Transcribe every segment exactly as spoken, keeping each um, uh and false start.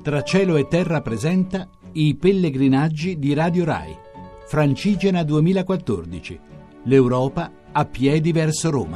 Tra cielo e terra presenta I pellegrinaggi di Radio Rai. Francigena duemilaquattordici. L'Europa a piedi verso Roma.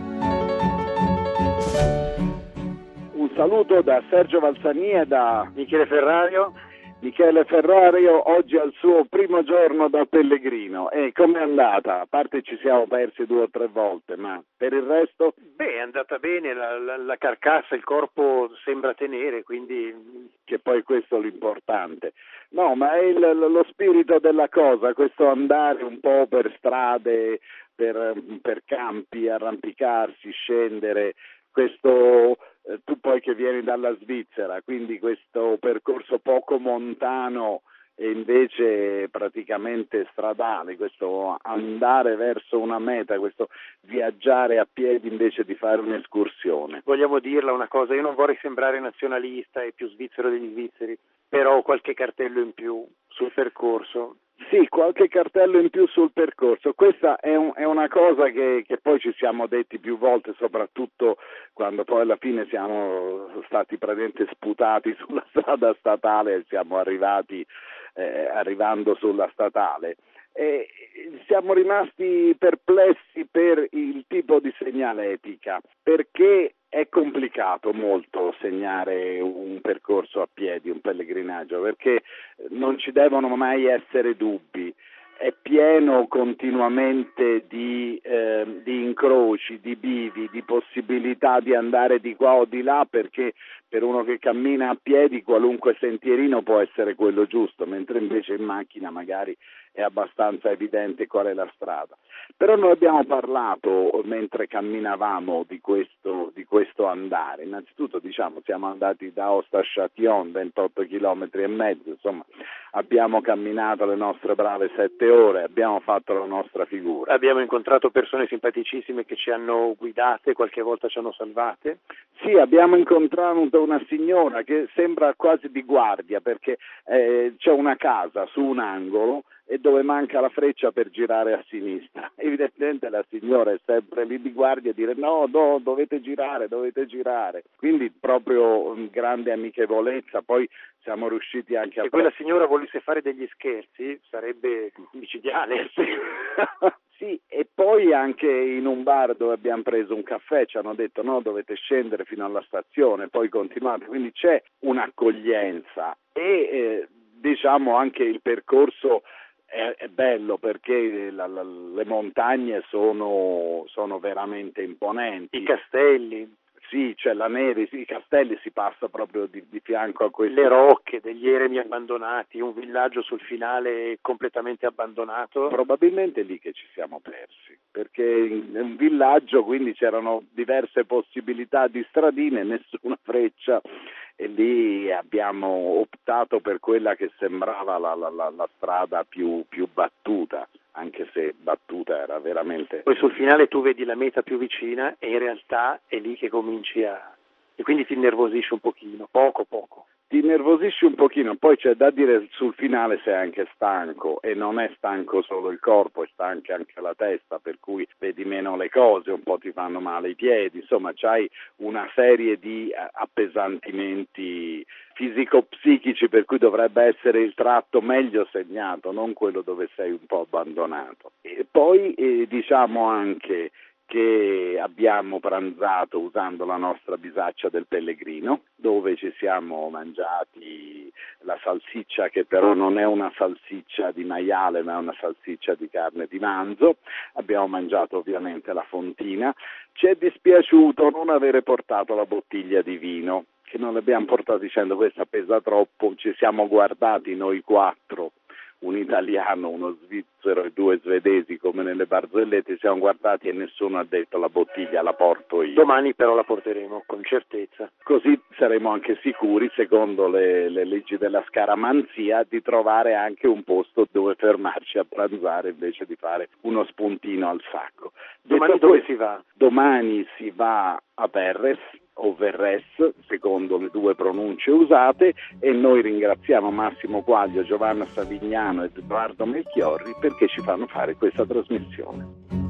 Un saluto da Sergio Valsani e da Michele Ferrario. Michele Ferrario oggi al suo primo giorno da pellegrino. E com'è andata? A parte ci siamo persi due o tre volte, ma per il resto? Beh, è andata bene, la, la, la carcassa, il corpo sembra tenere, quindi... Che poi questo è l'importante. No, ma è il, lo spirito della cosa, questo andare un po' per strade, per, per campi, arrampicarsi, scendere, questo... Tu poi che vieni dalla Svizzera, quindi questo percorso poco montano e invece praticamente stradale, questo andare verso una meta, questo viaggiare a piedi invece di fare un'escursione. Vogliamo dirla una cosa, io non vorrei sembrare nazionalista e più svizzero degli svizzeri, però qualche cartello in più sul percorso. Sì, qualche cartello in più sul percorso. Questa è, un, è una cosa che, che poi ci siamo detti più volte, soprattutto quando poi alla fine siamo stati praticamente sputati sulla strada statale e siamo arrivati eh, arrivando sulla statale. E siamo rimasti perplessi per il tipo di segnaletica, perché è complicato molto segnare un percorso a piedi, un pellegrinaggio, perché non ci devono mai essere dubbi. È pieno continuamente di, eh, di incroci, di bivi, di possibilità di andare di qua o di là, perché per uno che cammina a piedi qualunque sentierino può essere quello giusto, mentre invece in macchina magari è abbastanza evidente qual è la strada. Però noi abbiamo parlato mentre camminavamo di questo, di questo andare. Innanzitutto diciamo siamo andati da Aosta a Châtillon, ventotto chilometri e mezzo, insomma abbiamo camminato le nostre brave sette ore, abbiamo fatto la nostra figura. Abbiamo incontrato persone simpaticissime che ci hanno guidate, qualche volta ci hanno salvate. Sì, abbiamo incontrato una signora che sembra quasi di guardia, perché eh, c'è una casa su un angolo e dove manca la freccia per girare a sinistra. Evidentemente la signora è sempre lì di guardia a dire no, no, dovete girare, dovete girare. Quindi proprio um, grande amichevolezza, poi siamo riusciti anche a... Se quella signora volesse fare degli scherzi sarebbe micidiale. Sì, e poi anche in un bar dove abbiamo preso un caffè ci hanno detto no, dovete scendere fino alla stazione, poi continuate, quindi c'è un'accoglienza e eh, diciamo anche il percorso è, è bello perché la, la, le montagne sono, sono veramente imponenti. I castelli. Sì, c'è la neve, sì, i castelli, si passa proprio di, di fianco a queste... Le rocche, degli eremi abbandonati, un villaggio sul finale completamente abbandonato. Probabilmente è lì che ci siamo persi, perché in un villaggio quindi c'erano diverse possibilità di stradine, nessuna freccia, e lì abbiamo optato per quella che sembrava la, la, la, la strada più, più battuta, anche se battuta era veramente... Poi sul finale tu vedi la meta più vicina e in realtà è lì che cominci a... e quindi ti innervosisci un pochino, poco poco. Ti innervosisci un pochino, poi c'è da dire sul finale sei anche stanco e non è stanco solo il corpo, è stanca anche la testa, per cui vedi meno le cose, un po' ti fanno male i piedi, insomma c'hai una serie di appesantimenti fisico-psichici per cui dovrebbe essere il tratto meglio segnato, non quello dove sei un po' abbandonato. E poi eh, diciamo anche che abbiamo pranzato usando la nostra bisaccia del pellegrino, dove ci siamo mangiati la salsiccia, che però non è una salsiccia di maiale ma è una salsiccia di carne di manzo. Abbiamo mangiato ovviamente la fontina. Ci è dispiaciuto non avere portato la bottiglia di vino, che non l'abbiamo portato dicendo questa pesa troppo. Ci siamo guardati noi quattro, un italiano, uno svizzero e due svedesi come nelle barzellette, ci siamo guardati e nessuno ha detto la bottiglia la porto io. Domani però la porteremo con certezza. Così saremo anche sicuri, secondo le, le leggi della scaramanzia, di trovare anche un posto dove fermarci a pranzare invece di fare uno spuntino al sacco. Domani Detto dove questo, si va? Domani si va a Verres o Verres, secondo le due pronunce usate, e noi ringraziamo Massimo Quaglio, Giovanna Savignano e Edoardo Melchiorri perché ci fanno fare questa trasmissione.